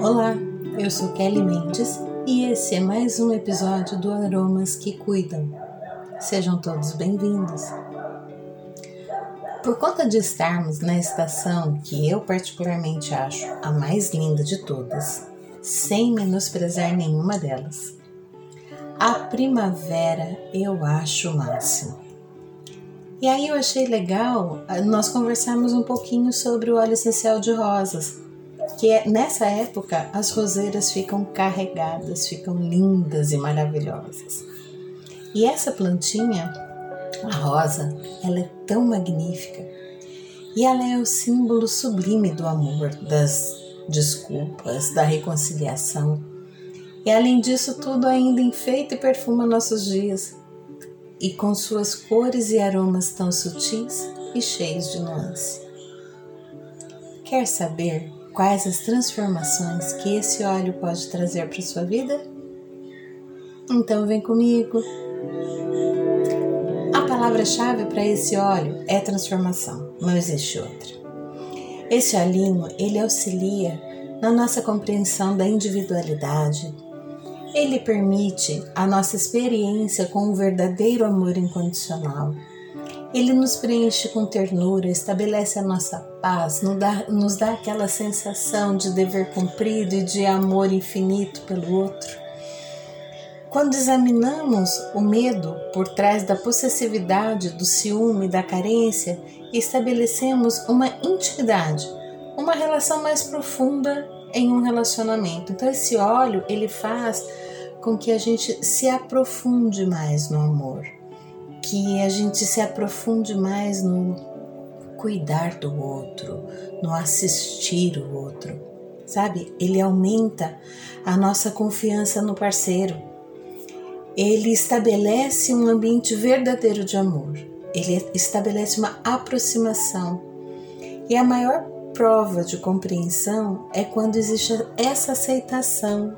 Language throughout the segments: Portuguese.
Olá, eu sou Kelly Mendes e esse é mais um episódio do Aromas que Cuidam. Sejam todos bem-vindos. Por conta de estarmos na estação que eu particularmente acho a mais linda de todas, sem menosprezar nenhuma delas, a primavera eu acho o máximo. E aí eu achei legal nós conversarmos um pouquinho sobre o óleo essencial de rosas, que nessa época as roseiras ficam carregadas, ficam lindas e maravilhosas. E essa plantinha, a rosa, ela é tão magnífica e ela é o símbolo sublime do amor, das desculpas, da reconciliação. E além disso tudo ainda enfeita e perfuma nossos dias, e com suas cores e aromas tão sutis e cheios de nuance. Quer saber quais as transformações que esse óleo pode trazer para a sua vida? Então vem comigo! A palavra-chave para esse óleo é transformação, não existe outra. Esse olhinho, ele auxilia na nossa compreensão da individualidade. Ele permite a nossa experiência com um verdadeiro amor incondicional. Ele nos preenche com ternura, estabelece a nossa paz, nos dá aquela sensação de dever cumprido e de amor infinito pelo outro. Quando examinamos o medo por trás da possessividade, do ciúme e da carência, estabelecemos uma intimidade, uma relação mais profunda em um relacionamento. Então esse óleo, ele faz com que a gente se aprofunde mais no amor, que a gente se aprofunde mais no cuidar do outro, no assistir o outro, sabe? Ele aumenta a nossa confiança no parceiro. Ele estabelece um ambiente verdadeiro de amor. Ele estabelece uma aproximação. E a maior prova de compreensão é quando existe essa aceitação,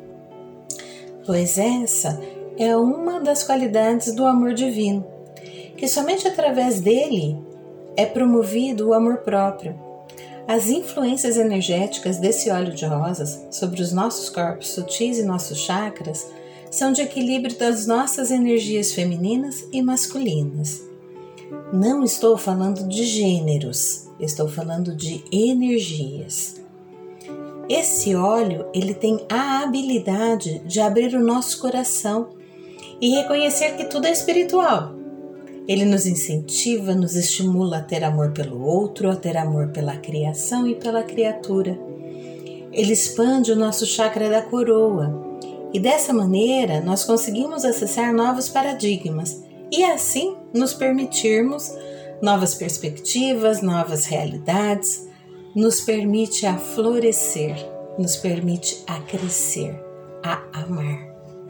pois essa é uma das qualidades do amor divino, que somente através dele é promovido o amor próprio. As influências energéticas desse óleo de rosas sobre os nossos corpos sutis e nossos chakras são de equilíbrio das nossas energias femininas e masculinas. Não estou falando de gêneros, estou falando de energias. Esse óleo, ele tem a habilidade de abrir o nosso coração e reconhecer que tudo é espiritual. Ele nos incentiva, nos estimula a ter amor pelo outro, a ter amor pela criação e pela criatura. Ele expande o nosso chakra da coroa e dessa maneira nós conseguimos acessar novos paradigmas e assim nos permitirmos novas perspectivas, novas realidades, nos permite a florescer, nos permite a crescer, a amar.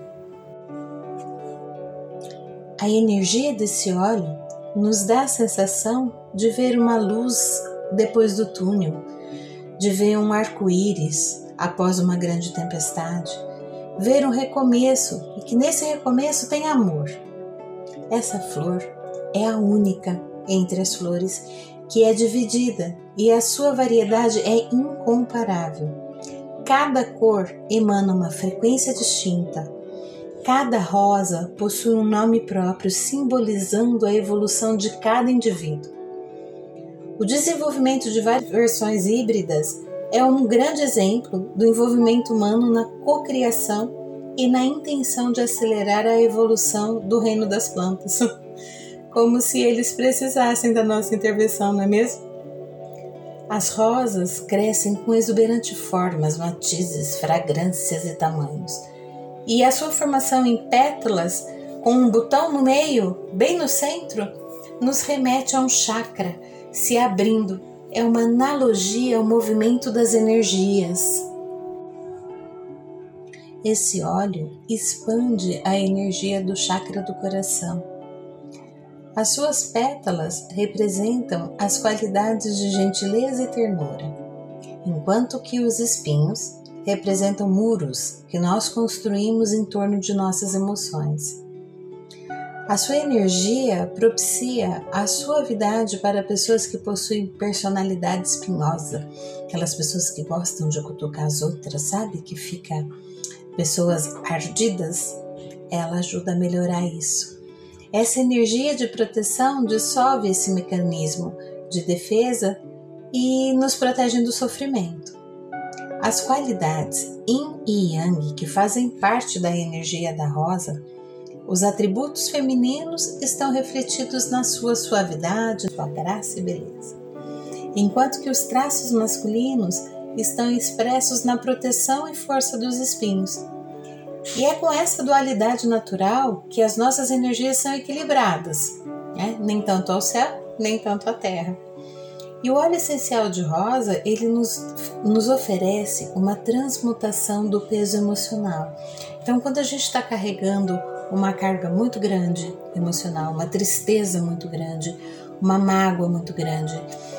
A energia desse óleo nos dá a sensação de ver uma luz depois do túnel, de ver um arco-íris após uma grande tempestade, ver um recomeço e que nesse recomeço tem amor. Essa flor é a única entre as flores que é dividida e a sua variedade é incomparável. Cada cor emana uma frequência distinta. Cada rosa possui um nome próprio, simbolizando a evolução de cada indivíduo. O desenvolvimento de várias versões híbridas é um grande exemplo do envolvimento humano na cocriação e na intenção de acelerar a evolução do reino das plantas. Como se eles precisassem da nossa intervenção, não é mesmo? As rosas crescem com exuberantes formas, matizes, fragrâncias e tamanhos. E a sua formação em pétalas, com um botão no meio, bem no centro, nos remete a um chakra se abrindo. É uma analogia ao movimento das energias. Esse óleo expande a energia do chakra do coração. As suas pétalas representam as qualidades de gentileza e ternura, enquanto que os espinhos representam muros que nós construímos em torno de nossas emoções. A sua energia propicia a suavidade para pessoas que possuem personalidade espinhosa, aquelas pessoas que gostam de cutucar as outras, sabe? Que fica pessoas ardidas, ela ajuda a melhorar isso. Essa energia de proteção dissolve esse mecanismo de defesa e nos protege do sofrimento. As qualidades Yin e Yang que fazem parte da energia da rosa, os atributos femininos estão refletidos na sua suavidade, sua graça e beleza, enquanto que os traços masculinos estão expressos na proteção e força dos espinhos. E é com essa dualidade natural que as nossas energias são equilibradas, né? Nem tanto ao céu, nem tanto à terra. E o óleo essencial de rosa, ele nos oferece uma transmutação do peso emocional. Então, quando a gente está carregando uma carga muito grande emocional, uma tristeza muito grande, uma mágoa muito grande,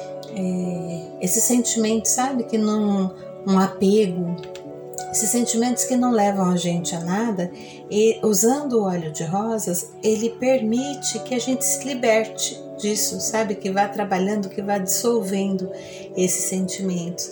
esses sentimentos, sabe, que não, um apego, esses sentimentos que não levam a gente a nada, e usando o óleo de rosas, ele permite que a gente se liberte disso, sabe, que vá trabalhando, que vá dissolvendo esses sentimentos.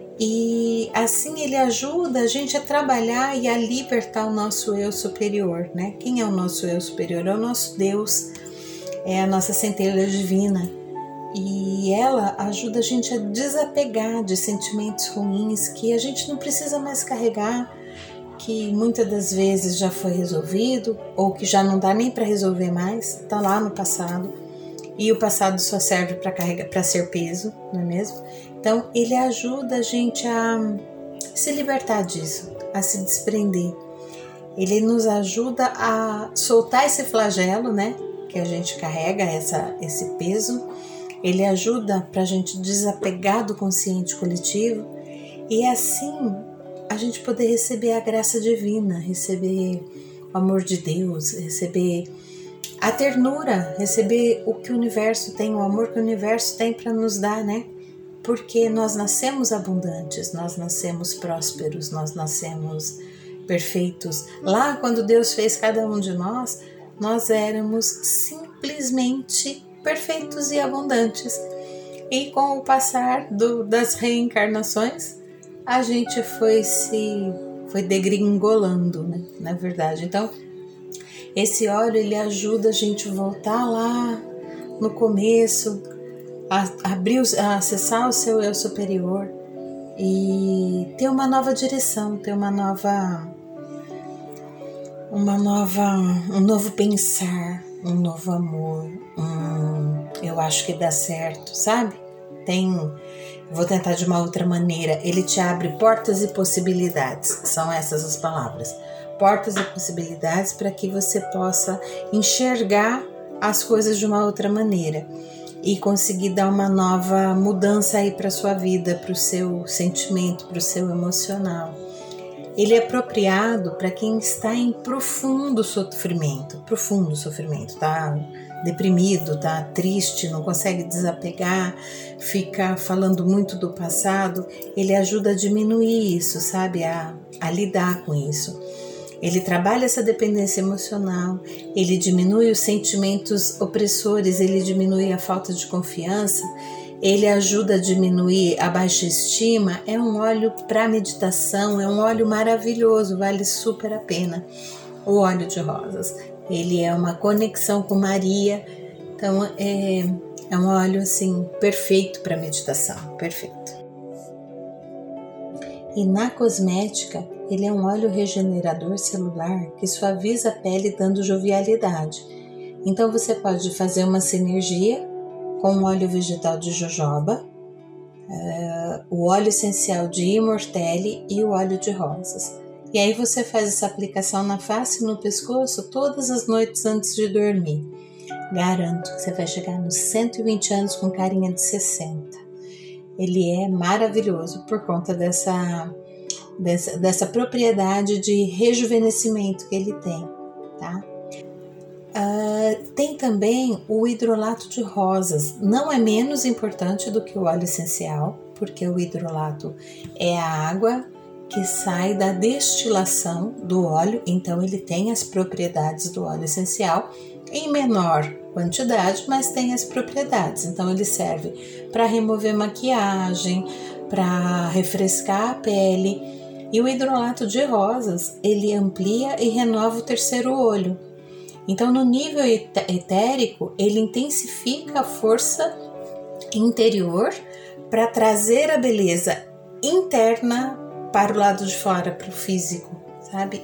E assim ele ajuda a gente a trabalhar e a libertar o nosso eu superior, né? Quem é o nosso eu superior? É o nosso Deus, é a nossa centelha divina. E ela ajuda a gente a desapegar de sentimentos ruins que a gente não precisa mais carregar, que muitas das vezes já foi resolvido ou que já não dá nem para resolver mais, está lá no passado. E o passado só serve para carregar, para ser peso, não é mesmo? Então ele ajuda a gente a se libertar disso, a se desprender. Ele nos ajuda a soltar esse flagelo, né, que a gente carrega, esse peso. Ele ajuda para a gente desapegar do consciente coletivo e assim a gente poder receber a graça divina, receber o amor de Deus, receber a ternura, receber o que o universo tem, o amor que o universo tem para nos dar, né? Porque nós nascemos abundantes, nós nascemos prósperos, nós nascemos perfeitos. Lá, quando Deus fez cada um de nós, nós éramos simplesmente perfeitos e abundantes. E com o passar das reencarnações, a gente foi degringolando, né? Na verdade. Então, esse óleo ele ajuda a gente a voltar lá no começo, a acessar o seu eu superior e ter uma nova direção, ter um novo pensar, um novo amor, eu acho que dá certo, sabe? Vou tentar de uma outra maneira, ele te abre portas e possibilidades, são essas as palavras, portas e possibilidades para que você possa enxergar as coisas de uma outra maneira e conseguir dar uma nova mudança aí para sua vida, para o seu sentimento, para o seu emocional. Ele é apropriado para quem está em profundo sofrimento, tá deprimido, tá triste, não consegue desapegar, fica falando muito do passado. Ele ajuda a diminuir isso, sabe, a lidar com isso. Ele trabalha essa dependência emocional, ele diminui os sentimentos opressores, ele diminui a falta de confiança, ele ajuda a diminuir a baixa estima. É um óleo para meditação, é um óleo maravilhoso, vale super a pena. O óleo de rosas, ele é uma conexão com Maria, então é um óleo assim perfeito para meditação, perfeito. E na cosmética, ele é um óleo regenerador celular que suaviza a pele dando jovialidade. Então você pode fazer uma sinergia com o óleo vegetal de jojoba, o óleo essencial de Immortelle e o óleo de rosas. E aí você faz essa aplicação na face e no pescoço todas as noites antes de dormir. Garanto que você vai chegar nos 120 anos com carinha de 60. Ele é maravilhoso por conta dessa propriedade de rejuvenescimento que ele tem, tá? Tem também o hidrolato de rosas, não é menos importante do que o óleo essencial, porque o hidrolato é a água que sai da destilação do óleo, então ele tem as propriedades do óleo essencial em menor quantidade, mas tem as propriedades. Então ele serve para remover maquiagem, para refrescar a pele. E o hidrolato de rosas, ele amplia e renova o terceiro olho. Então no nível etérico, ele intensifica a força interior para trazer a beleza interna para o lado de fora, para o físico, sabe?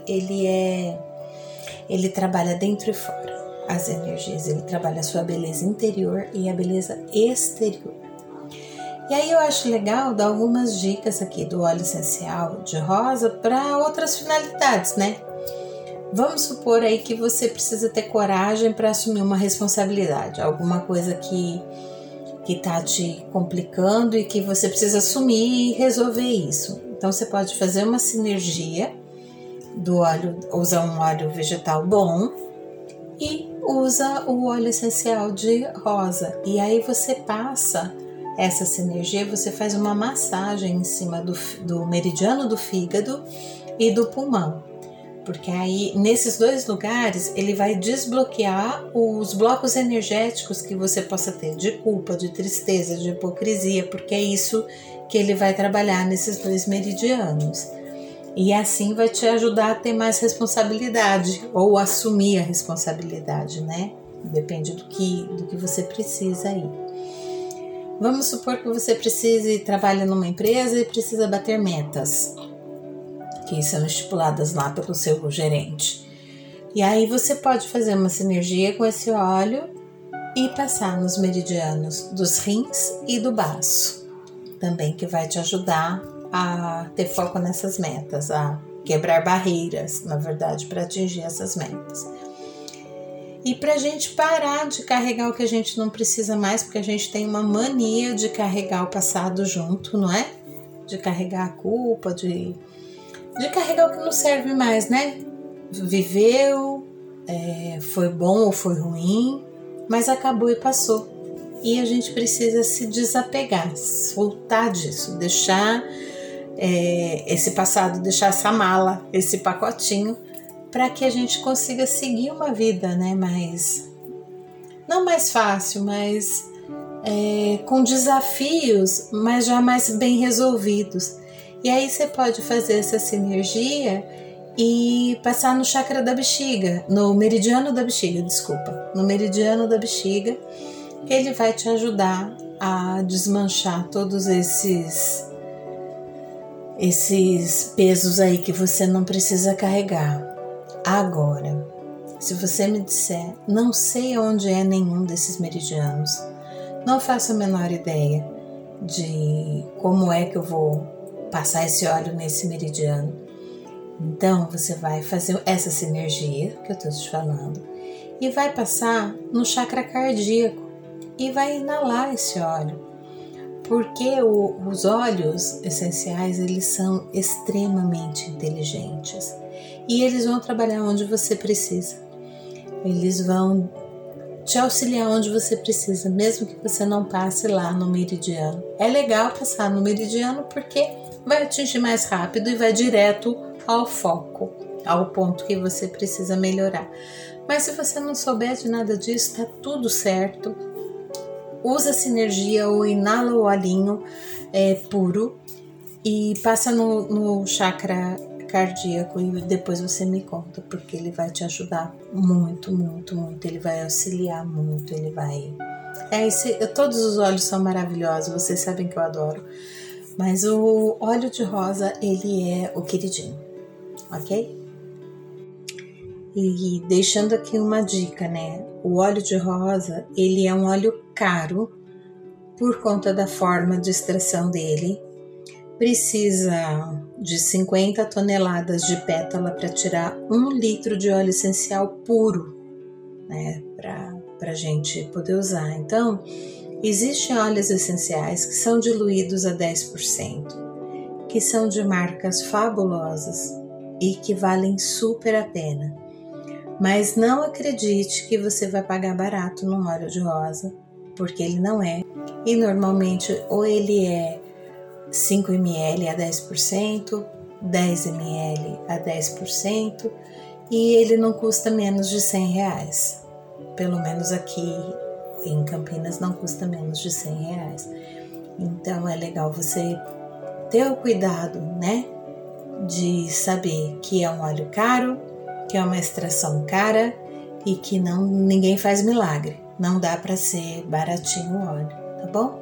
Ele trabalha dentro e fora as energias, ele trabalha a sua beleza interior e a beleza exterior. E aí eu acho legal dar algumas dicas aqui do óleo essencial de rosa para outras finalidades, né? Vamos supor aí que você precisa ter coragem para assumir uma responsabilidade, alguma coisa que tá te complicando e que você precisa assumir e resolver isso. Então você pode fazer uma sinergia do óleo, usar um óleo vegetal bom e usa o óleo essencial de rosa. E aí você passa essa sinergia, você faz uma massagem em cima do meridiano do fígado e do pulmão. Porque aí, nesses dois lugares, ele vai desbloquear os blocos energéticos que você possa ter de culpa, de tristeza, de hipocrisia, porque é isso que ele vai trabalhar nesses dois meridianos. E assim vai te ajudar a ter mais responsabilidade, ou assumir a responsabilidade, né? Depende do que você precisa aí. Vamos supor que você trabalha numa empresa e precisa bater metas que são estipuladas lá pelo seu gerente. E aí você pode fazer uma sinergia com esse óleo e passar nos meridianos dos rins e do baço, também, que vai te ajudar a ter foco nessas metas, a quebrar barreiras, na verdade, para atingir essas metas. E para a gente parar de carregar o que a gente não precisa mais, porque a gente tem uma mania de carregar o passado junto, não é? De carregar a culpa, de carregar o que não serve mais, né? Viveu, foi bom ou foi ruim, mas acabou e passou. E a gente precisa se desapegar, soltar disso, deixar esse passado, deixar essa mala, esse pacotinho, para que a gente consiga seguir uma vida, né? Não mais fácil, mas com desafios, mas já mais bem resolvidos. E aí você pode fazer essa sinergia e passar no chakra da bexiga, no meridiano da bexiga, no meridiano da bexiga. Ele vai te ajudar a desmanchar todos esses pesos aí que você não precisa carregar. Agora, se você me disser, não sei onde é nenhum desses meridianos, não faço a menor ideia de como é que eu vou passar esse óleo nesse meridiano. Então você vai fazer essa sinergia que eu estou te falando e vai passar no chakra cardíaco e vai inalar esse óleo, porque os óleos essenciais, eles são extremamente inteligentes e eles vão trabalhar onde você precisa, eles vão te auxiliar onde você precisa, mesmo que você não passe lá no meridiano. É legal passar no meridiano porque vai atingir mais rápido e vai direto ao foco, ao ponto que você precisa melhorar. Mas se você não souber de nada disso, tá tudo certo. Usa a sinergia ou inala o olhinho puro e passa no chakra cardíaco e depois você me conta, porque ele vai te ajudar muito, muito, muito. Ele vai auxiliar muito, ele vai... todos os óleos são maravilhosos, vocês sabem que eu adoro. Mas o óleo de rosa, ele é o queridinho, ok? E deixando aqui uma dica, né? O óleo de rosa, ele é um óleo caro por conta da forma de extração dele. Precisa de 50 toneladas de pétala para tirar 1 litro de óleo essencial puro, né? Para a gente poder usar. Então, existem óleos essenciais que são diluídos a 10%, que são de marcas fabulosas e que valem super a pena. Mas não acredite que você vai pagar barato num óleo de rosa, porque ele não é. E normalmente ou ele é 5 ml a 10%, 10 ml a 10% e ele não custa menos de R$100. Pelo menos aqui em Campinas não custa menos de R$100. Então é legal você ter o cuidado, né, de saber que é um óleo caro, que é uma extração cara e que ninguém faz milagre. Não dá para ser baratinho o óleo, tá bom?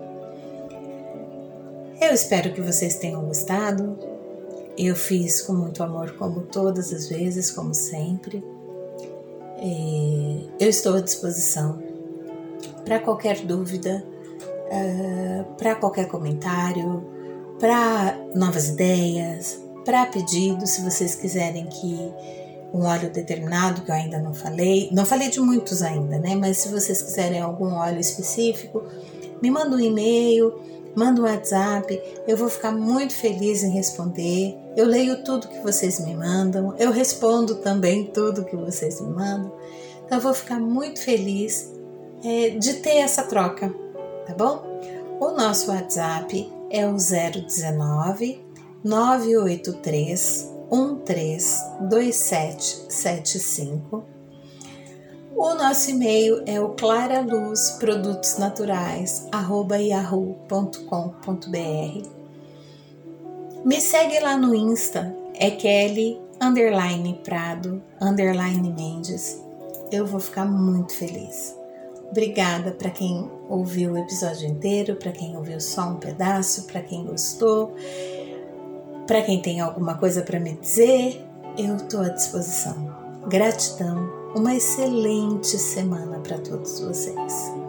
Eu espero que vocês tenham gostado. Eu fiz com muito amor, como todas as vezes, como sempre. Eu estou à disposição para qualquer dúvida, para qualquer comentário, para novas ideias, para pedidos, se vocês quiserem que um óleo determinado que eu ainda não falei de muitos ainda, né? Mas se vocês quiserem algum óleo específico, me manda um e-mail, manda um WhatsApp, eu vou ficar muito feliz em responder. Eu leio tudo que vocês me mandam, eu respondo também tudo que vocês me mandam. Então eu vou ficar muito feliz de ter essa troca, tá bom? O nosso WhatsApp é o 019 983 132775. O nosso e-mail é o claraluzprodutosnaturais@yahoo.com.br. Me segue lá no Insta, é Kelly_Prado_Mendes. Eu vou ficar muito feliz. Obrigada para quem ouviu o episódio inteiro, para quem ouviu só um pedaço, para quem gostou, para quem tem alguma coisa para me dizer, eu estou à disposição. Gratidão, uma excelente semana para todos vocês.